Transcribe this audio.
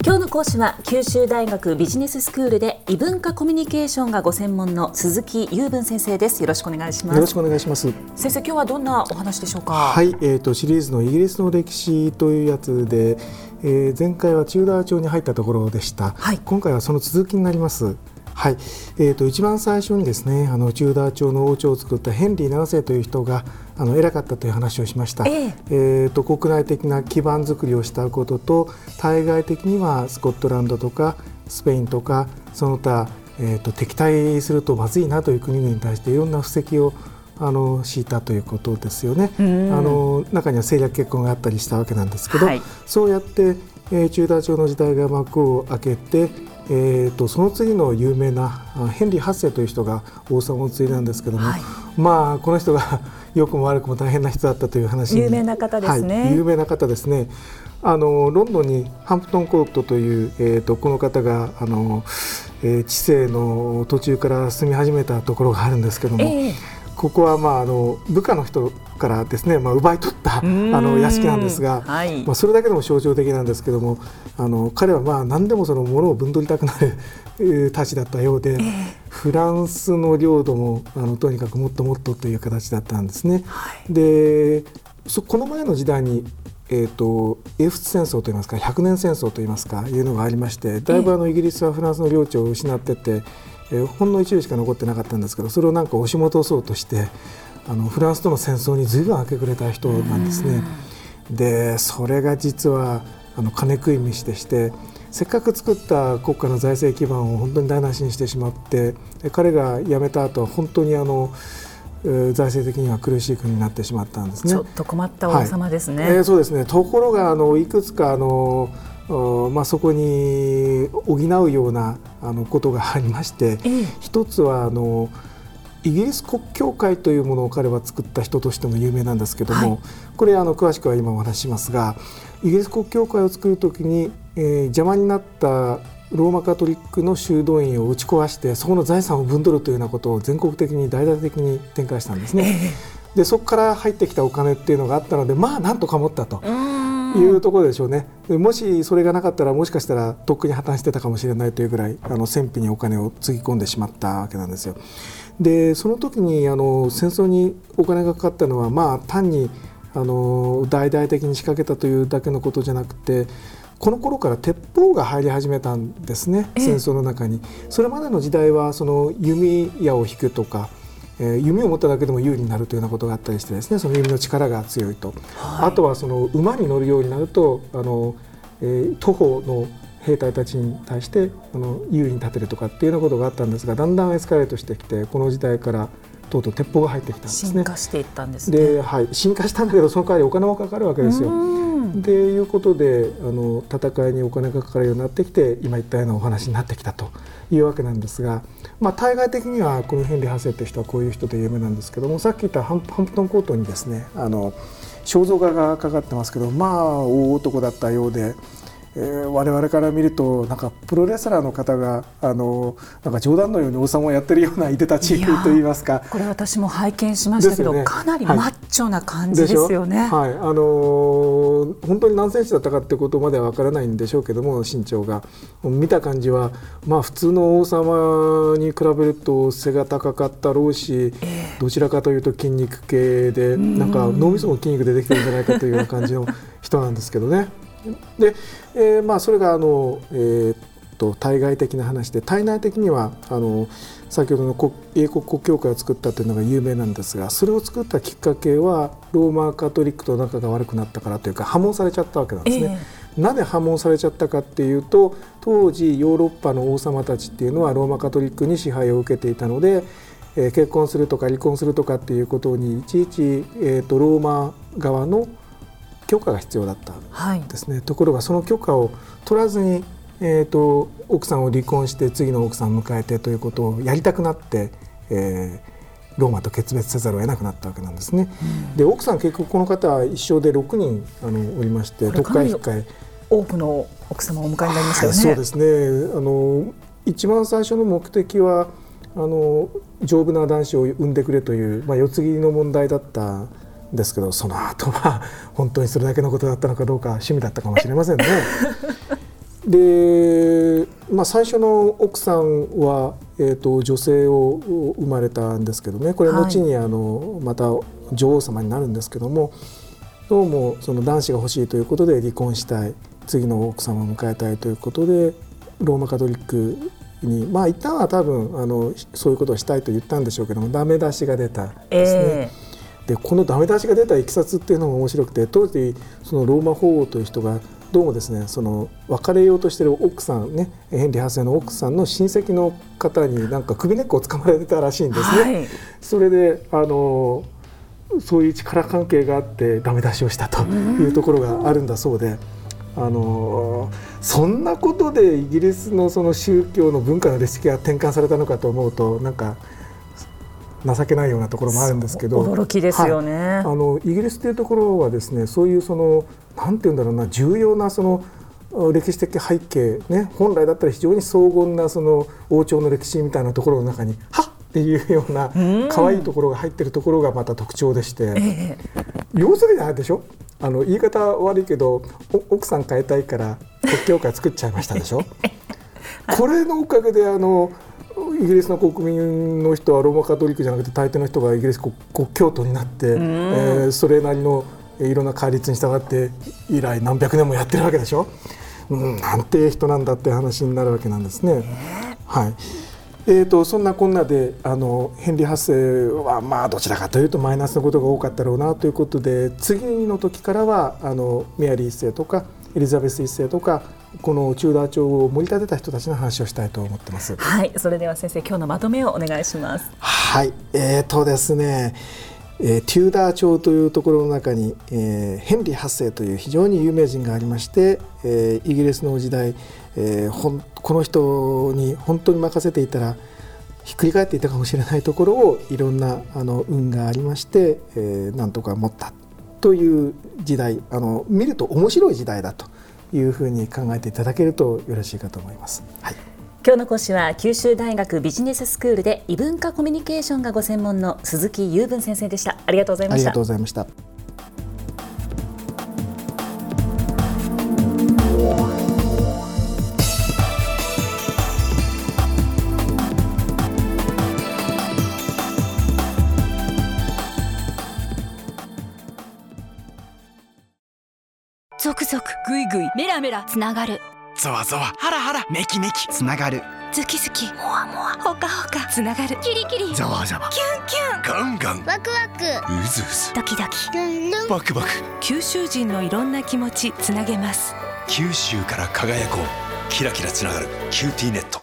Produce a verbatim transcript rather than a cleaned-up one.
今日の講師は九州大学ビジネススクールで異文化コミュニケーションがご専門の鈴木雄文先生です。よろしくお願いします。 よろしくお願いします。 先生、今日はどんなお話でしょうか？ はい、えーと、シリーズのイギリスの歴史というやつで、えー、前回はチューダー朝に入ったところでした、はい、今回はその続きになります。はい、えーと、一番最初にですね、あのチューダー朝の王朝を作ったヘンリーななせいという人があの偉かったという話をしました。えーえーと国内的な基盤作りをしたことと、対外的にはスコットランドとかスペインとかその他、えーと敵対するとまずいなという国々に対していろんな布石をあの敷いたということですよね。あの中には政略結婚があったりしたわけなんですけど、はい、そうやって、えー、チューダー朝の時代が幕を開けて、えー、とその次の有名なヘンリーはちせいという人が王様を継いだんですけども、はい、まあこの人が良くも悪くも大変な人だったという話に、 有名な方ですね、 はい、有名な方ですね。あのロンドンにハンプトンコートという、えー、とこの方があの、えー、治世の途中から住み始めたところがあるんですけども、えーここは、まあ、あの部下の人からですね、まあ、奪い取ったあの屋敷なんですが、はい、まあ、それだけでも象徴的なんですけども、あの彼はまあ何でもその物をぶんどりたくなるたちだったようで、えー、フランスの領土もあのとにかくもっともっとという形だったんですね。はい、でそこの前の時代にえー、と英仏戦争といいますか百年戦争といいますかいうのがありまして、だいぶあのイギリスはフランスの領地を失ってて、えー、ほんの一部しか残ってなかったんですけど、それをなんか押し戻そうとしてあのフランスとの戦争にずいぶん明け暮れた人なんですね。でそれが実はあの金食い飯でして、せっかく作った国家の財政基盤を本当に台無しにしてしまって、彼が辞めた後は本当にあの財政的には苦しい国になってしまったんですね。 ちょっと困った王様ですね。 はい、えー、そうですね。ところがあのいくつかあの、まあ、そこに補うようなあのことがありまして、えー、一つはあのイギリス国教会というものを彼は作った人としても有名なんですけども、はい、これあの詳しくは今お話ししますが、イギリス国教会を作るときに、えー、邪魔になったローマカトリックの修道院を打ち壊して、そこの財産を分取るというようなことを全国的に大々的に展開したんですね。えー、でそこから入ってきたお金っていうのがあったので、まあなんとか持ったというところでしょうね。もしそれがなかったら、もしかしたらとっくに破綻してたかもしれないというぐらい、あの戦費にお金をつぎ込んでしまったわけなんですよ。でその時にあの戦争にお金がかかったのは、まあ単にあの大々的に仕掛けたというだけのことじゃなくて、この頃から鉄砲が入り始めたんですね、戦争の中に。それまでの時代はその弓矢を引くとか、えー、弓を持っただけでも有利になるというようなことがあったりしてですね、その弓の力が強いと、はい、あとはその馬に乗るようになると、あの、えー、徒歩の兵隊たちに対してあの有利に立てるとかっていうようなことがあったんですが、だんだんエスカレートしてきて、この時代からとうとう鉄砲が入ってきたんですね。 進化していったんですね。 で、はい、進化したんだけど、その代わりお金もかかるわけですよ。ということで、あの戦いにお金がかかるようになってきて、今言ったようなお話になってきたというわけなんですが、まあ、対外的にはこのヘンリーはちせいという人はこういう人で有名なんですけども、さっき言ったハンプトンコートにですね、あの肖像画がかかってますけど、まあ大男だったようで、えー、我々から見るとなんかプロレスラーの方があのなんか冗談のように王様をやってるようないでたちといいますか、 これ私も拝見しましたけど、ね、かなりマッチョな感じですよね。 はい、あのー、本当に何センチだったかってことまでは分からないんでしょうけども、身長が見た感じは、まあ、普通の王様に比べると背が高かったろうし、えー、どちらかというと筋肉系で、なんか脳みそも筋肉でできてるんじゃないかというような感じの人なんですけどね。で、えーまあ、それがあの、えー、と対外的な話で、対内的にはあの先ほどの英国国教会を作ったというのが有名なんですが、それを作ったきっかけはローマカトリックと仲が悪くなったからというか、破門されちゃったわけなんですね。えー、なぜ破門されちゃったかっていうと、当時ヨーロッパの王様たちっていうのはローマカトリックに支配を受けていたので、えー、結婚するとか離婚するとかっていうことにいちいち、えー、とローマ側の許可が必要だったんですね。はい、ところがその許可を取らずに、えー、と奥さんを離婚して次の奥さんを迎えてということをやりたくなって、えー、ローマと決別せざるを得なくなったわけなんですね。うん、で奥さん結局この方は一生でろくにんあのおりまして、どっかい引っかい多くの奥様をお迎えになりましたよね。 そうですね。あの一番最初の目的はあの丈夫な男子を産んでくれという、まあ、世継ぎの問題だったですけど、その後は本当にそれだけのことだったのかどうか、趣味だったかもしれませんね。 で、まあ、最初の奥さんは、えー、と女性を生まれたんですけどね、これ後にあのまた女王様になるんですけども、どうもその男子が欲しいということで離婚したい、次の奥様を迎えたいということでローマカトリックに、まあ一旦は多分あのそういうことをしたいと言ったんでしょうけども、ダメ出しが出たんですね。えー、でこのダメ出しが出たいきさつっていうのも面白くて、当時そのローマ法王という人がどうもですね、その別れようとしている奥さんね、ヘンリーはっせいの奥さんの親戚の方になんか首根っこを掴まれてたらしいんですね。はい、それであのそういう力関係があってダメ出しをしたというところがあるんだそうで、あのそんなことでイギリスのその宗教の文化の歴史が転換されたのかと思うと、なんか情けないようなところもあるんですけど、 驚きですよね。 はい、あのイギリスというところはですね、そういうそのなんていうんだろうな、重要なその歴史的背景ね、本来だったら非常に荘厳なその王朝の歴史みたいなところの中にはっっていうような可愛いところが入っているところがまた特徴でして、えー、要するにあれでしょ、あの言い方悪いけど奥さん変えたいから国教会作っちゃいましたでしょこれのおかげであのイギリスの国民の人はローマカトリックじゃなくて大抵の人がイギリス 国, 国教徒になって、えー、それなりのいろんな戒律に従って以来何百年もやってるわけでしょ、うん、なんて人なんだって話になるわけなんですね。はい、えー、とそんなこんなであのヘンリーはっせいはまあどちらかというとマイナスのことが多かったろうなということで、次の時からはあのメアリー一世とかエリザベス一世とかこのチューダー朝を盛り立てた人たちの話をしたいと思ってます。 はい、それでは先生、今日のまとめをお願いします。 はい、えーとですねえー、テューダー朝というところの中に、えー、ヘンリーはっせいという非常に有名人がありまして、えー、イギリスの時代、えー、ほんこの人に本当に任せていたらひっくり返っていたかもしれないところをいろんなあの運がありまして、えー、なんとか持ったという時代、あの見ると面白い時代だというふうに考えていただけるとよろしいかと思います。はい、 今日の講師は九州大学ビジネススクールで異文化コミュニケーションがご専門の鈴木雄文先生でした。ありがとうございました。 ありがとうございました。 ゾクゾクグイグイメラメラつながる、 ゾワゾワハラハラメキメキつながる、 ズキズキモワモワホカホカつながる、キリキリザワザワキュンキュンガンガンワクワクうずうずドキドキルンルンバクバク、 九州人のいろんな気持ちつなげます。 九州から輝こう、キラキラつながるキューティーネット。